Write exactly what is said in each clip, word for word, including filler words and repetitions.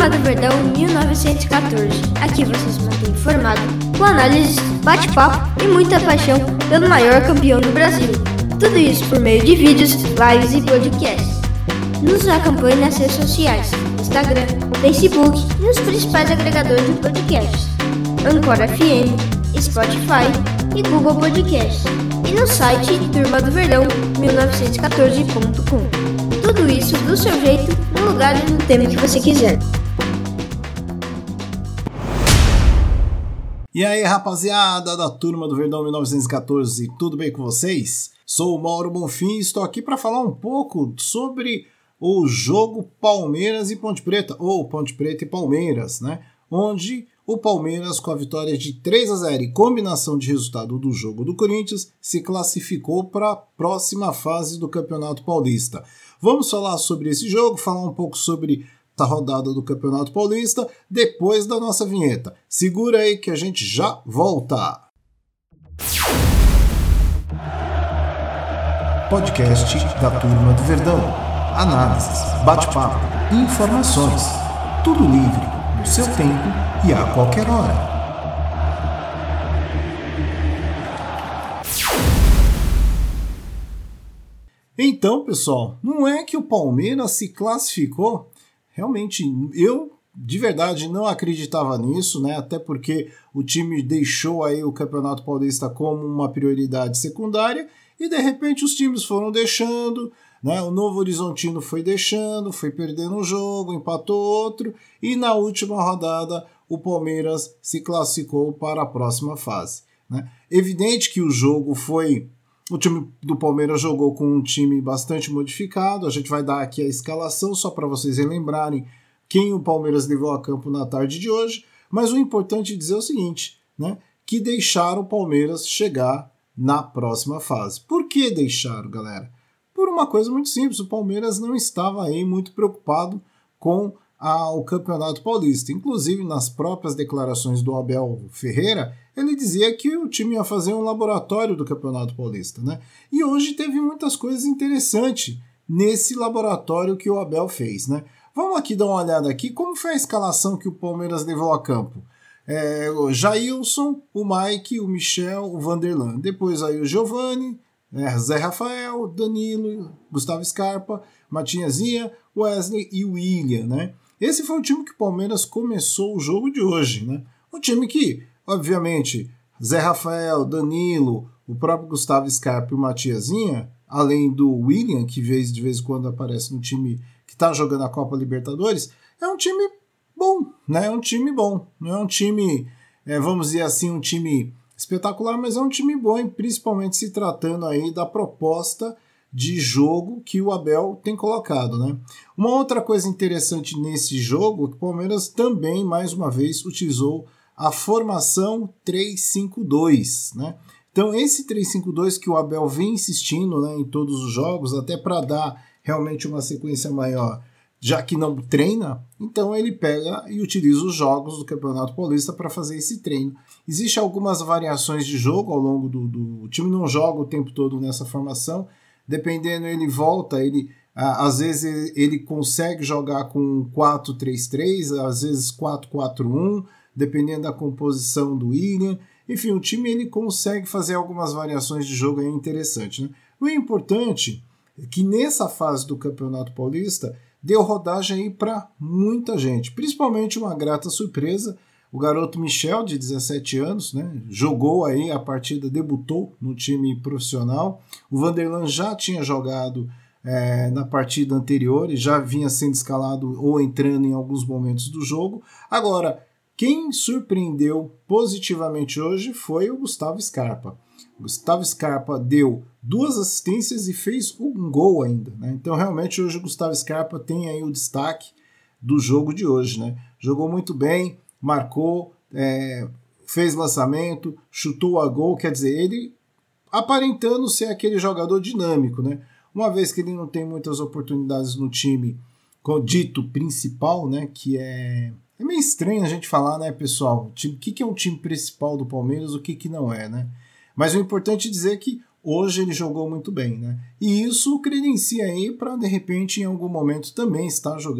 Turma do Verdão mil novecentos e quatorze. Aqui você se mantém informado com análises, bate-papo e muita paixão pelo maior campeão do Brasil. Tudo isso por meio de vídeos, lives e podcasts. Nos acompanhe nas redes sociais, Instagram, Facebook e nos principais agregadores de podcasts, Anchor F M, Spotify e Google Podcasts. E no site turma do verdão mil novecentos e quatorze ponto com. Tudo isso do seu jeito, no lugar e no tempo que você quiser. E aí, rapaziada da Turma do Verdão mil novecentos e quatorze, tudo bem com vocês? Sou o Mauro Bonfim e estou aqui para falar um pouco sobre o jogo Palmeiras e Ponte Preta, ou Ponte Preta e Palmeiras, né? Onde o Palmeiras, com a vitória de três a zero e combinação de resultado do jogo do Corinthians, se classificou para a próxima fase do Campeonato Paulista. Vamos falar sobre esse jogo, falar um pouco sobre a rodada do Campeonato Paulista, depois da nossa vinheta. Segura aí que a gente já volta! Podcast da Turma do Verdão. Análises, bate-papo, informações. Tudo livre, no seu tempo e a qualquer hora. Então, pessoal, não é que o Palmeiras se classificou? Realmente, eu de verdade não acreditava nisso, né? Até porque o time deixou aí o Campeonato Paulista como uma prioridade secundária e de repente os times foram deixando, né? O Novo Horizontino foi deixando, foi perdendo um jogo, empatou outro e na última rodada o Palmeiras se classificou para a próxima fase, né? Evidente que o jogo foi... O time do Palmeiras jogou com um time bastante modificado. A gente vai dar aqui a escalação só para vocês relembrarem quem o Palmeiras levou a campo na tarde de hoje. Mas o importante é dizer o seguinte, né? Que deixaram o Palmeiras chegar na próxima fase. Por que deixaram, galera? Por uma coisa muito simples. O Palmeiras não estava aí muito preocupado com a, o Campeonato Paulista. Inclusive, nas próprias declarações do Abel Ferreira, ele dizia que o time ia fazer um laboratório do Campeonato Paulista, né? E hoje teve muitas coisas interessantes nesse laboratório que o Abel fez, né? Vamos aqui dar uma olhada aqui como foi a escalação que o Palmeiras levou a campo. É, o Jailson, o Mike, o Michel, o Vanderlan. Depois aí o Giovani, é, Zé Rafael, Danilo, Gustavo Scarpa, Matinhazinha, Wesley e William, né? Esse foi o time que o Palmeiras começou o jogo de hoje, né? Um time que, obviamente, Zé Rafael, Danilo, o próprio Gustavo Scarpa e o Matiazinha, além do William, que de vez em quando aparece no time que está jogando a Copa Libertadores, é um time bom, né? É um time bom. Não é um time, é, vamos dizer assim, um time espetacular, mas é um time bom, principalmente se tratando aí da proposta de jogo que o Abel tem colocado, né? Uma outra coisa interessante nesse jogo é que o Palmeiras também, mais uma vez, utilizou a formação três cinco dois, né? Então esse três cinco dois que o Abel vem insistindo, né, em todos os jogos, até para dar realmente uma sequência maior, já que não treina, então ele pega e utiliza os jogos do Campeonato Paulista para fazer esse treino. Existem algumas variações de jogo ao longo do, do... O time não joga o tempo todo nessa formação, dependendo ele volta, ele... às vezes ele consegue jogar com quatro três três, às vezes quatro quatro um, dependendo da composição do William. Enfim, o time ele consegue fazer algumas variações de jogo aí interessante, né? O importante é que nessa fase do Campeonato Paulista deu rodagem aí para muita gente, principalmente uma grata surpresa, o garoto Michel, de dezessete anos, né? Jogou aí a partida, debutou no time profissional. O Vanderlan já tinha jogado é, na partida anterior e já vinha sendo escalado ou entrando em alguns momentos do jogo. Agora, quem surpreendeu positivamente hoje foi o Gustavo Scarpa. O Gustavo Scarpa deu duas assistências e fez um gol ainda, né? Então realmente hoje o Gustavo Scarpa tem aí o destaque do jogo de hoje, né? Jogou muito bem, marcou, é, fez lançamento, chutou a gol, quer dizer, ele aparentando ser aquele jogador dinâmico, né? Uma vez que ele não tem muitas oportunidades no time dito principal, né? Que é... É meio estranho a gente falar, né, pessoal? O que é um time principal do Palmeiras, o que, que não é, né? Mas o importante é dizer que hoje ele jogou muito bem, né? E isso credencia aí para, de repente, em algum momento também estar jogando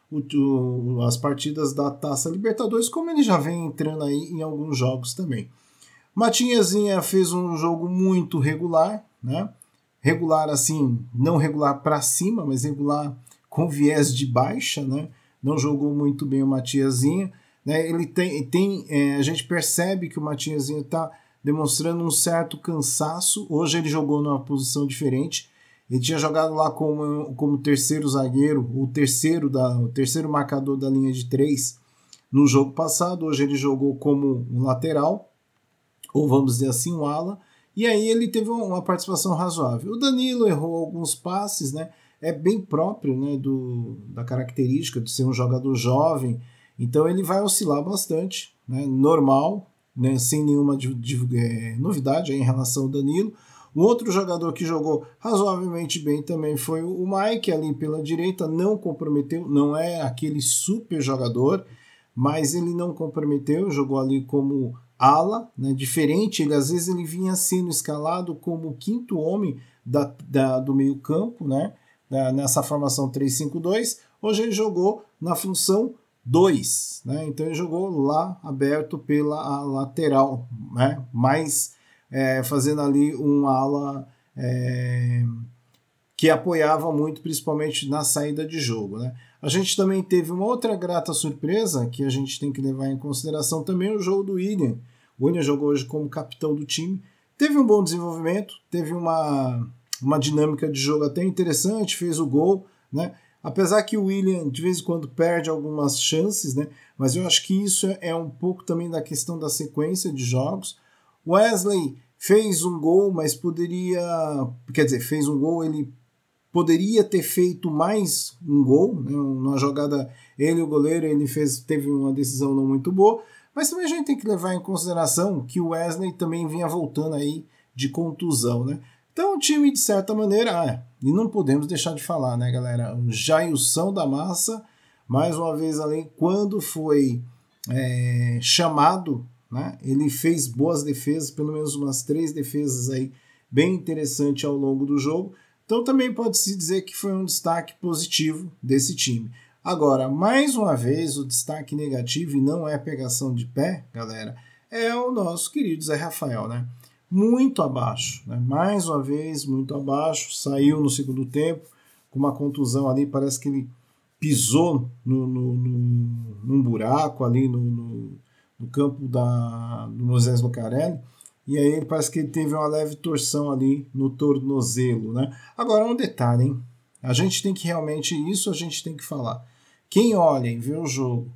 o, o, as partidas da Taça Libertadores, como ele já vem entrando aí em alguns jogos também. Matinhazinha fez um jogo muito regular, né? Regular assim, não regular para cima, mas regular com viés de baixa, né? Não jogou muito bem o Matiazinha, né? Ele tem, tem é, a gente percebe que o Matiazinha está demonstrando um certo cansaço. Hoje ele jogou numa posição diferente. Ele tinha jogado lá como, como terceiro zagueiro, o terceiro, da, o terceiro marcador da linha de três no jogo passado. Hoje ele jogou como um lateral, ou vamos dizer assim, um ala, e aí ele teve uma participação razoável. O Danilo errou alguns passes, né? É bem próprio, né, do, da característica de ser um jogador jovem, então ele vai oscilar bastante, né? Normal, né? Sem nenhuma de, de, é, novidade aí em relação ao Danilo. Um outro jogador que jogou razoavelmente bem também foi o Mike, ali pela direita, não comprometeu, não é aquele super jogador, mas ele não comprometeu, jogou ali como ala, né, diferente, ele, às vezes ele vinha sendo escalado como o quinto homem da, da, do meio campo, né, da, nessa formação três cinco dois, hoje ele jogou na função dois, né, então ele jogou lá aberto pela lateral, né, mais é, fazendo ali um ala é, que apoiava muito, principalmente na saída de jogo, né. A gente também teve uma outra grata surpresa que a gente tem que levar em consideração também, o jogo do William. O William jogou hoje como capitão do time, teve um bom desenvolvimento, teve uma, uma dinâmica de jogo até interessante, fez o gol, né? Apesar que o William de vez em quando perde algumas chances, né? Mas eu acho que isso é um pouco também da questão da sequência de jogos. Wesley fez um gol, mas poderia, quer dizer, fez um gol, ele poderia ter feito mais um gol, né? Uma jogada, ele o goleiro, ele fez, teve uma decisão não muito boa, mas também a gente tem que levar em consideração que o Wesley também vinha voltando aí de contusão, né? Então o time, de certa maneira, ah, e não podemos deixar de falar, né, galera, o Jailson da Massa, mais uma vez ali, quando foi é, chamado, né, ele fez boas defesas, pelo menos umas três defesas aí, bem interessante ao longo do jogo. Então também pode-se dizer que foi um destaque positivo desse time. Agora, mais uma vez, o destaque negativo, e não é pegação de pé, galera, é o nosso querido Zé Rafael, né? Muito abaixo, né? Mais uma vez, muito abaixo, saiu no segundo tempo, com uma contusão ali, parece que ele pisou no, no, no, num buraco ali no, no, no campo da, do Moisés Lucarelli, e aí ele parece que ele teve uma leve torção ali no tornozelo, né? Agora, um detalhe, hein? A gente tem que realmente, isso a gente tem que falar. Quem olha e vê o jogo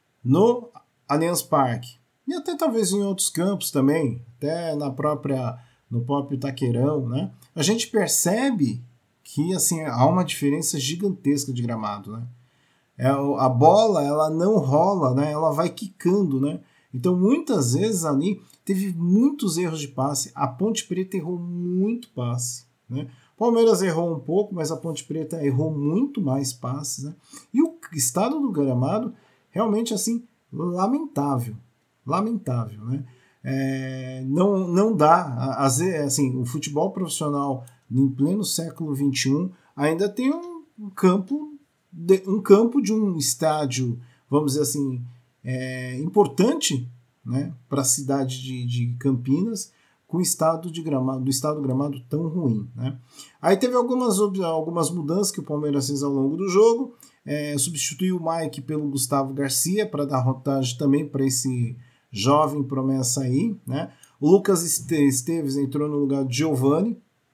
no Allianz Parque, e até talvez em outros campos também, até na própria, no próprio Itaquerão, né? A gente percebe que assim, há uma diferença gigantesca de gramado, né? É, a bola, ela não rola, né? Ela vai quicando, né? Então, muitas vezes ali, teve muitos erros de passe. A Ponte Preta errou muito passe, né? O Palmeiras errou um pouco, mas a Ponte Preta errou muito mais passes, né? E o estado do gramado, realmente, assim, lamentável. Lamentável, né? É, não, não dá, assim, o futebol profissional em pleno século vinte e um ainda tem um, um campo de, um campo de um estádio, vamos dizer assim, é, importante, né, para a cidade de, de Campinas, com o estado de gramado, do estado do gramado tão ruim, né? Aí teve algumas, algumas mudanças que o Palmeiras fez ao longo do jogo, é, substituiu o Mike pelo Gustavo Garcia para dar rotagem também para esse jovem promessa aí, né? O Lucas Esteves entrou no lugar de Giovani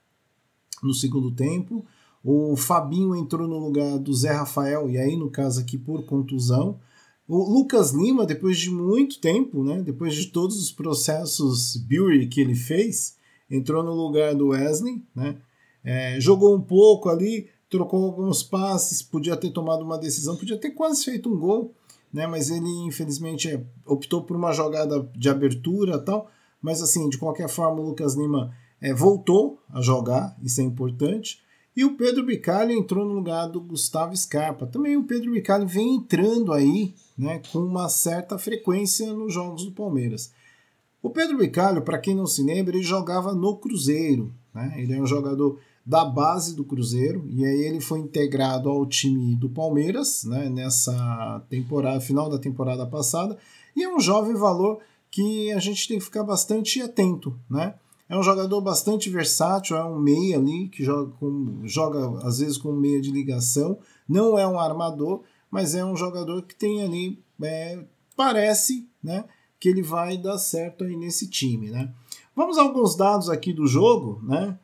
no segundo tempo, o Fabinho entrou no lugar do Zé Rafael, e aí no caso aqui por contusão. O Lucas Lima, depois de muito tempo, né, depois de todos os processos Bury que ele fez, entrou no lugar do Wesley, né, é, jogou um pouco ali, trocou alguns passes, podia ter tomado uma decisão, podia ter quase feito um gol, né, mas ele infelizmente optou por uma jogada de abertura e tal, mas assim, de qualquer forma o Lucas Lima é, voltou a jogar, isso é importante. E o Pedro Bicalho entrou no lugar do Gustavo Scarpa. Também o Pedro Bicalho vem entrando aí, né, com uma certa frequência nos jogos do Palmeiras. O Pedro Bicalho, para quem não se lembra, ele jogava no Cruzeiro, né? Ele é um jogador da base do Cruzeiro, e aí ele foi integrado ao time do Palmeiras, né, nessa temporada, final da temporada passada, e é um jovem valor que a gente tem que ficar bastante atento, né? É um jogador bastante versátil, é um meia ali, que joga, com, joga às vezes com meia de ligação, não é um armador, mas é um jogador que tem ali, é, parece, né, que ele vai dar certo aí nesse time, né? Vamos a alguns dados aqui do jogo, né?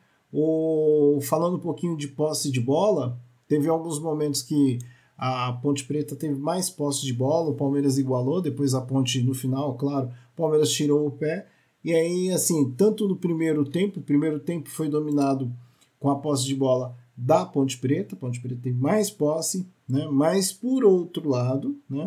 O, falando um pouquinho de posse de bola, teve alguns momentos que a Ponte Preta teve mais posse de bola, o Palmeiras igualou, depois a Ponte no final, claro, o Palmeiras tirou o pé, e aí assim, tanto no primeiro tempo, o primeiro tempo foi dominado com a posse de bola da Ponte Preta, a Ponte Preta teve mais posse, né, mas por outro lado, né,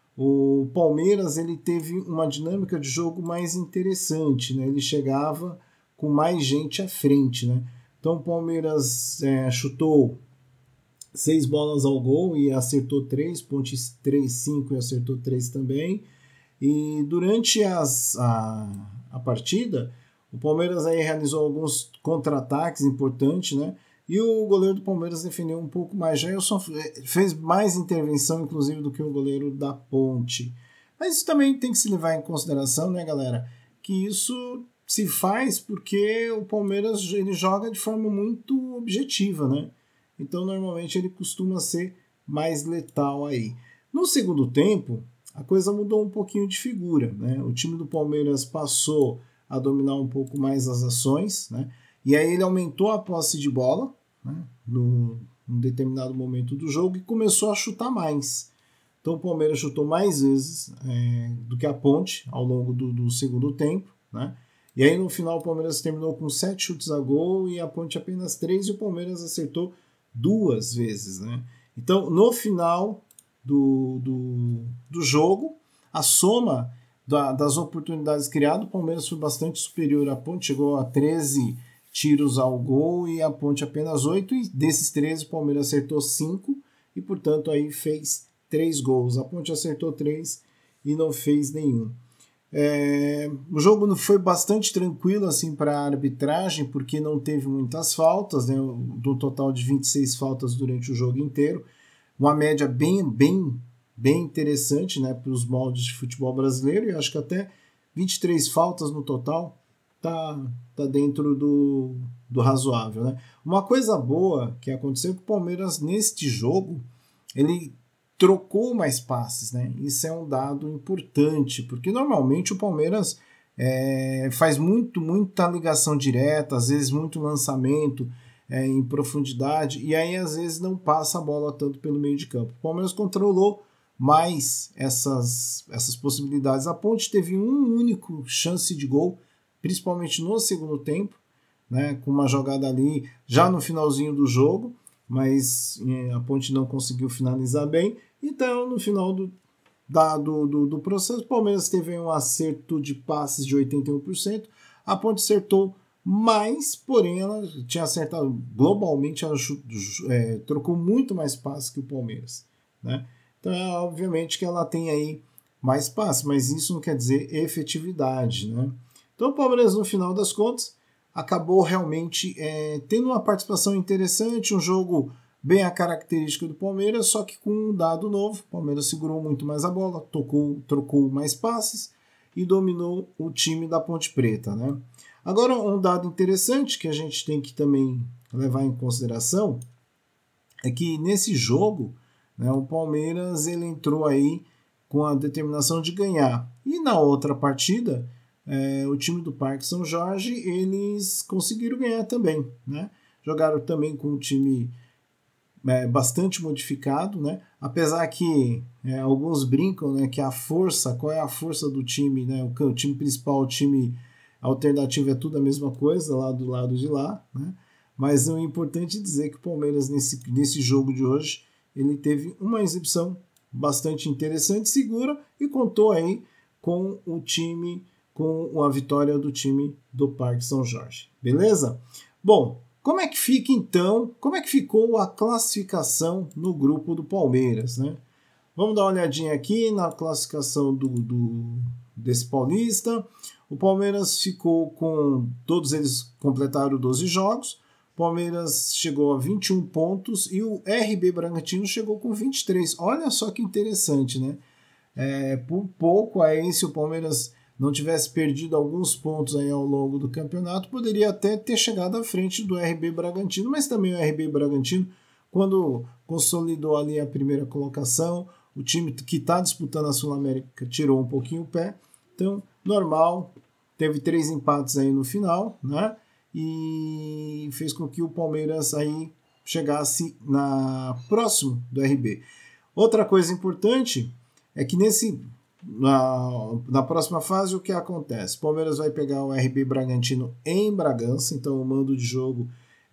o Palmeiras ele teve uma dinâmica de jogo mais interessante, né, ele chegava com mais gente à frente, né? Então o Palmeiras é, chutou seis bolas ao gol e acertou três, Ponte três, cinco e acertou três também. E durante as, a, a partida, o Palmeiras aí realizou alguns contra-ataques importantes, né? E o goleiro do Palmeiras defendeu um pouco mais. Jailson fez mais intervenção, inclusive, do que o goleiro da Ponte. Mas isso também tem que se levar em consideração, né, galera? Que isso se faz porque o Palmeiras ele joga de forma muito objetiva, né? Então, normalmente, ele costuma ser mais letal aí. No segundo tempo, a coisa mudou um pouquinho de figura, né? O time do Palmeiras passou a dominar um pouco mais as ações, né? E aí ele aumentou a posse de bola, né? No, num determinado momento do jogo e começou a chutar mais. Então, o Palmeiras chutou mais vezes é, do que a Ponte ao longo do, do segundo tempo, né? E aí no final o Palmeiras terminou com sete chutes a gol e a Ponte apenas três, e o Palmeiras acertou duas vezes, né? Então no final do, do, do jogo, a soma da, das oportunidades criadas, o Palmeiras foi bastante superior à Ponte, chegou a treze tiros ao gol e a Ponte apenas oito, e desses treze o Palmeiras acertou cinco e portanto aí fez três gols. A Ponte acertou três e não fez nenhum. É, o jogo foi bastante tranquilo assim para a arbitragem, porque não teve muitas faltas, né, do total de vinte e seis faltas durante o jogo inteiro, uma média bem, bem, bem interessante, né, para os moldes de futebol brasileiro, e acho que até vinte e três faltas no total tá, tá dentro do, do razoável, né. Uma coisa boa que aconteceu é que o Palmeiras neste jogo ele trocou mais passes, né? Isso é um dado importante, porque normalmente o Palmeiras é, faz muito, muita ligação direta, às vezes muito lançamento é, em profundidade, e aí às vezes não passa a bola tanto pelo meio de campo. O Palmeiras controlou mais essas, essas possibilidades. A Ponte teve um único chance de gol, principalmente no segundo tempo, né, com uma jogada ali já no finalzinho do jogo, mas a Ponte não conseguiu finalizar bem. Então, no final do, da, do, do, do processo, o Palmeiras teve um acerto de passes de oitenta e um por cento, a Ponte acertou mais, porém ela tinha acertado globalmente, ela é, trocou muito mais passes que o Palmeiras, né? Então, é, obviamente que ela tem aí mais passes, mas isso não quer dizer efetividade, né? Então, o Palmeiras, no final das contas, acabou realmente é, tendo uma participação interessante, um jogo bem a característica do Palmeiras, só que com um dado novo. O Palmeiras segurou muito mais a bola, tocou, trocou mais passes e dominou o time da Ponte Preta, né? Agora, um dado interessante que a gente tem que também levar em consideração é que nesse jogo, né, o Palmeiras ele entrou aí com a determinação de ganhar. E na outra partida, é, o time do Parque São Jorge, eles conseguiram ganhar também, né? Jogaram também com um time é, bastante modificado, né? Apesar que é, alguns brincam, né, que a força, qual é a força do time, né? O, o time principal, o time alternativo é tudo a mesma coisa lá do lado de lá, né? Mas é importante dizer que o Palmeiras nesse, nesse jogo de hoje ele teve uma exibição bastante interessante, segura, e contou aí com o time, com a vitória do time do Parque São Jorge. Beleza? Bom, como é que fica então, como é que ficou a classificação no grupo do Palmeiras, né? Vamos dar uma olhadinha aqui na classificação do, do, desse paulista. O Palmeiras ficou com, todos eles completaram doze jogos, o Palmeiras chegou a vinte e um pontos e o R B Bragantino chegou com vinte e três. Olha só que interessante, né? É, por pouco aí, se o Palmeiras não tivesse perdido alguns pontos aí ao longo do campeonato, poderia até ter chegado à frente do R B Bragantino, mas também o R B Bragantino, quando consolidou ali a primeira colocação, o time que está disputando a Sul-América tirou um pouquinho o pé, então normal, teve três empates aí no final, né? E fez com que o Palmeiras aí chegasse na próximo do R B. Outra coisa importante é que nesse na, na próxima fase o que acontece? O Palmeiras vai pegar o R B Bragantino em Bragança, então o mando de jogo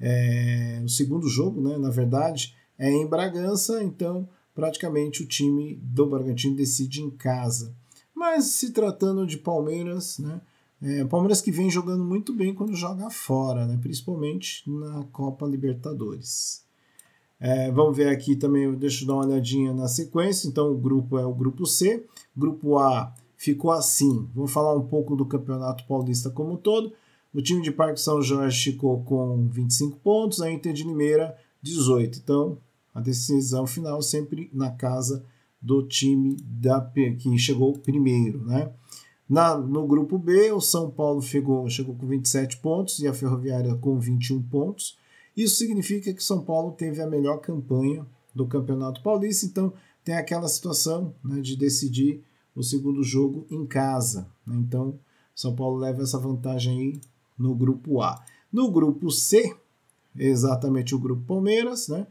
é, o segundo jogo, né, na verdade, é em Bragança, então praticamente o time do Bragantino decide em casa. Mas se tratando de Palmeiras, né, É, Palmeiras que vem jogando muito bem quando joga fora, né? Principalmente na Copa Libertadores. É, vamos ver aqui também, deixa eu dar uma olhadinha na sequência. Então o grupo é o grupo C. Grupo A ficou assim. Vamos falar um pouco do Campeonato Paulista como um todo. O time de Parque São Jorge ficou com vinte e cinco pontos, a Inter de Limeira dezoito. Então a decisão final sempre na casa do time da, que chegou primeiro, né? Na, no grupo B, o São Paulo chegou, chegou com vinte e sete pontos e a Ferroviária com vinte e um pontos. Isso significa que o São Paulo teve a melhor campanha do Campeonato Paulista, então tem aquela situação, né, de decidir o segundo jogo em casa, né? Então, São Paulo leva essa vantagem aí no grupo A. No grupo C, exatamente o grupo Palmeiras, né?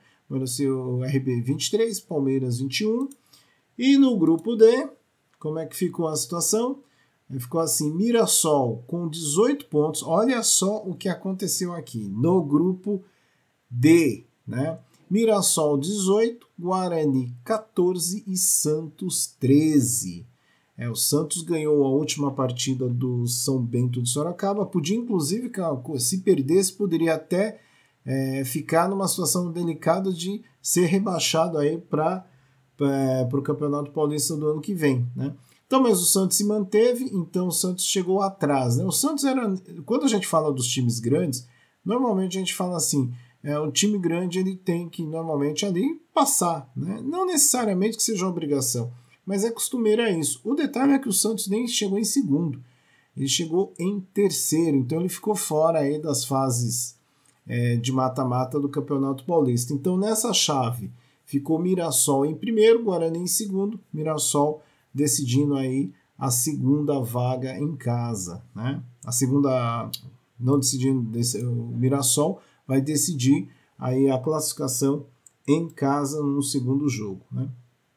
O R B vinte e três, Palmeiras vinte e um. E no grupo D, como é que ficou a situação? Ficou assim, Mirassol com dezoito pontos. Olha só o que aconteceu aqui no grupo D, né? Mirassol dezoito, Guarani quatorze e Santos treze. É, o Santos ganhou a última partida do São Bento de Sorocaba. Podia, inclusive, se perdesse, poderia até é, ficar numa situação delicada de ser rebaixado aí para é, o Campeonato Paulista do ano que vem, né? Então, mas o Santos se manteve, então o Santos chegou atrás, né? O Santos era... Quando a gente fala dos times grandes, normalmente a gente fala assim, é, o time grande ele tem que, normalmente, ali passar, né? Não necessariamente que seja uma obrigação, mas é costumeiro é isso. O detalhe é que o Santos nem chegou em segundo, ele chegou em terceiro, então ele ficou fora aí das fases é, de mata-mata do Campeonato Paulista. Então, nessa chave, ficou Mirassol em primeiro, Guarani em segundo, Mirassol decidindo aí a segunda vaga em casa, né? A segunda, não decidindo, o Mirassol vai decidir aí a classificação em casa no segundo jogo, né?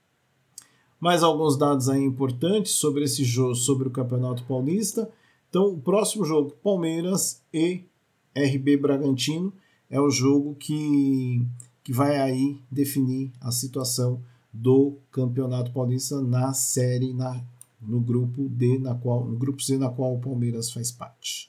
Mais alguns dados aí importantes sobre esse jogo, sobre o Campeonato Paulista. Então, o próximo jogo, Palmeiras e R B Bragantino, é o jogo que, que vai aí definir a situação do Campeonato Paulista na série, na, no grupo D, na qual, no grupo C, na qual o Palmeiras faz parte.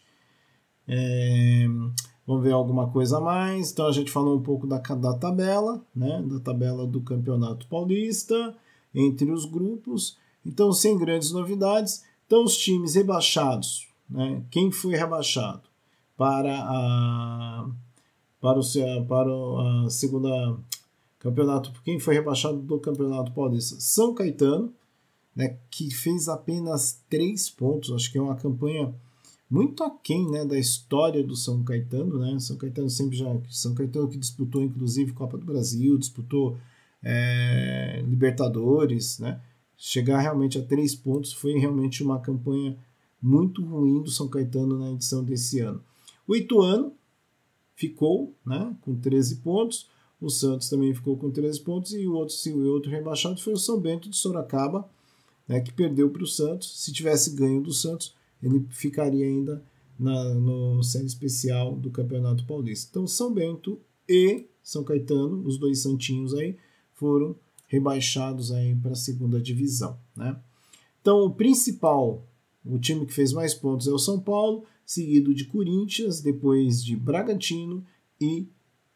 É, vamos ver alguma coisa a mais. Então a gente falou um pouco da, da tabela, né, da tabela do Campeonato Paulista, entre os grupos. Então, sem grandes novidades. Então, os times rebaixados, né, quem foi rebaixado para a, para o, para a segunda... Campeonato, quem foi rebaixado do Campeonato Paulista? São Caetano, né, que fez apenas três pontos. Acho que é uma campanha muito aquém, né, da história do São Caetano, né? São Caetano sempre já, São Caetano que disputou inclusive Copa do Brasil, disputou é, Libertadores, né? Chegar realmente a três pontos foi realmente uma campanha muito ruim do São Caetano na edição desse ano. O Ituano ficou, né, com treze pontos. O Santos também ficou com treze pontos e o outro, o outro rebaixado foi o São Bento de Sorocaba, né, que perdeu para o Santos. Se tivesse ganho do Santos, ele ficaria ainda na no série especial do Campeonato Paulista. Então, São Bento e São Caetano, os dois santinhos aí, foram rebaixados aí para a segunda divisão, né? Então, o principal, o time que fez mais pontos é o São Paulo, seguido de Corinthians, depois de Bragantino e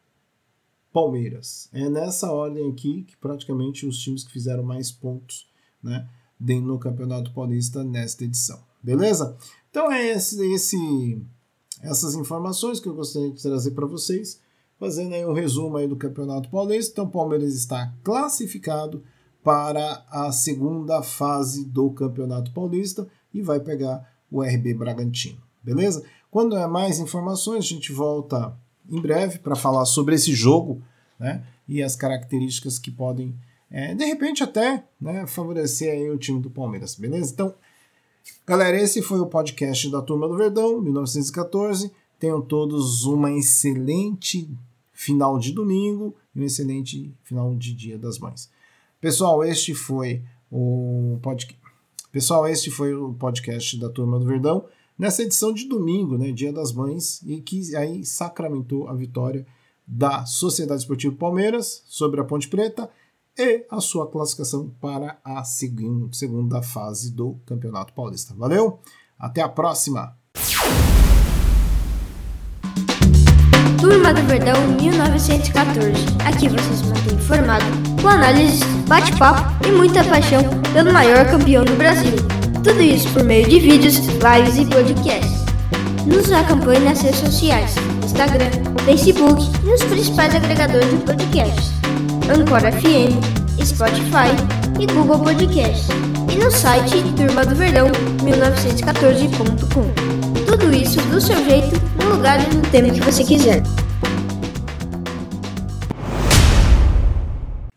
Palmeiras. É nessa ordem aqui que praticamente os times que fizeram mais pontos, né, no Campeonato Paulista nesta edição. Beleza? Então é esse, esse, essas informações que eu gostaria de trazer para vocês. fazendo aí um resumo aí do Campeonato Paulista. Então o Palmeiras está classificado para a segunda fase do Campeonato Paulista e vai pegar o R B Bragantino, beleza? Quando é mais informações, a gente volta em breve para falar sobre esse jogo, né, e as características que podem, é, de repente até, né, favorecer aí o time do Palmeiras, beleza? Então, galera, esse foi o podcast da Turma do Verdão, mil novecentos e catorze. Tenham todos uma excelente final de domingo e um excelente final de Dia das Mães. Pessoal, este foi o podcast. Pessoal, este foi o podcast da Turma do Verdão, nessa edição de domingo, né, Dia das Mães, e que aí sacramentou a vitória da Sociedade Esportiva Palmeiras sobre a Ponte Preta e a sua classificação para a segunda fase do Campeonato Paulista. Valeu? Até a próxima! Turma do Verdão mil novecentos e catorze. Aqui você se mantém informado com análises, bate-papo e muita paixão pelo maior campeão do Brasil. Tudo isso por meio de vídeos, lives e podcasts. Nos acompanhe nas redes sociais, Instagram, Facebook e nos principais agregadores de podcasts, Anchor F M, Spotify e Google Podcasts. E no site turma do verdão mil novecentos e catorze ponto com. Tudo isso do seu jeito, no lugar e no tempo que você quiser.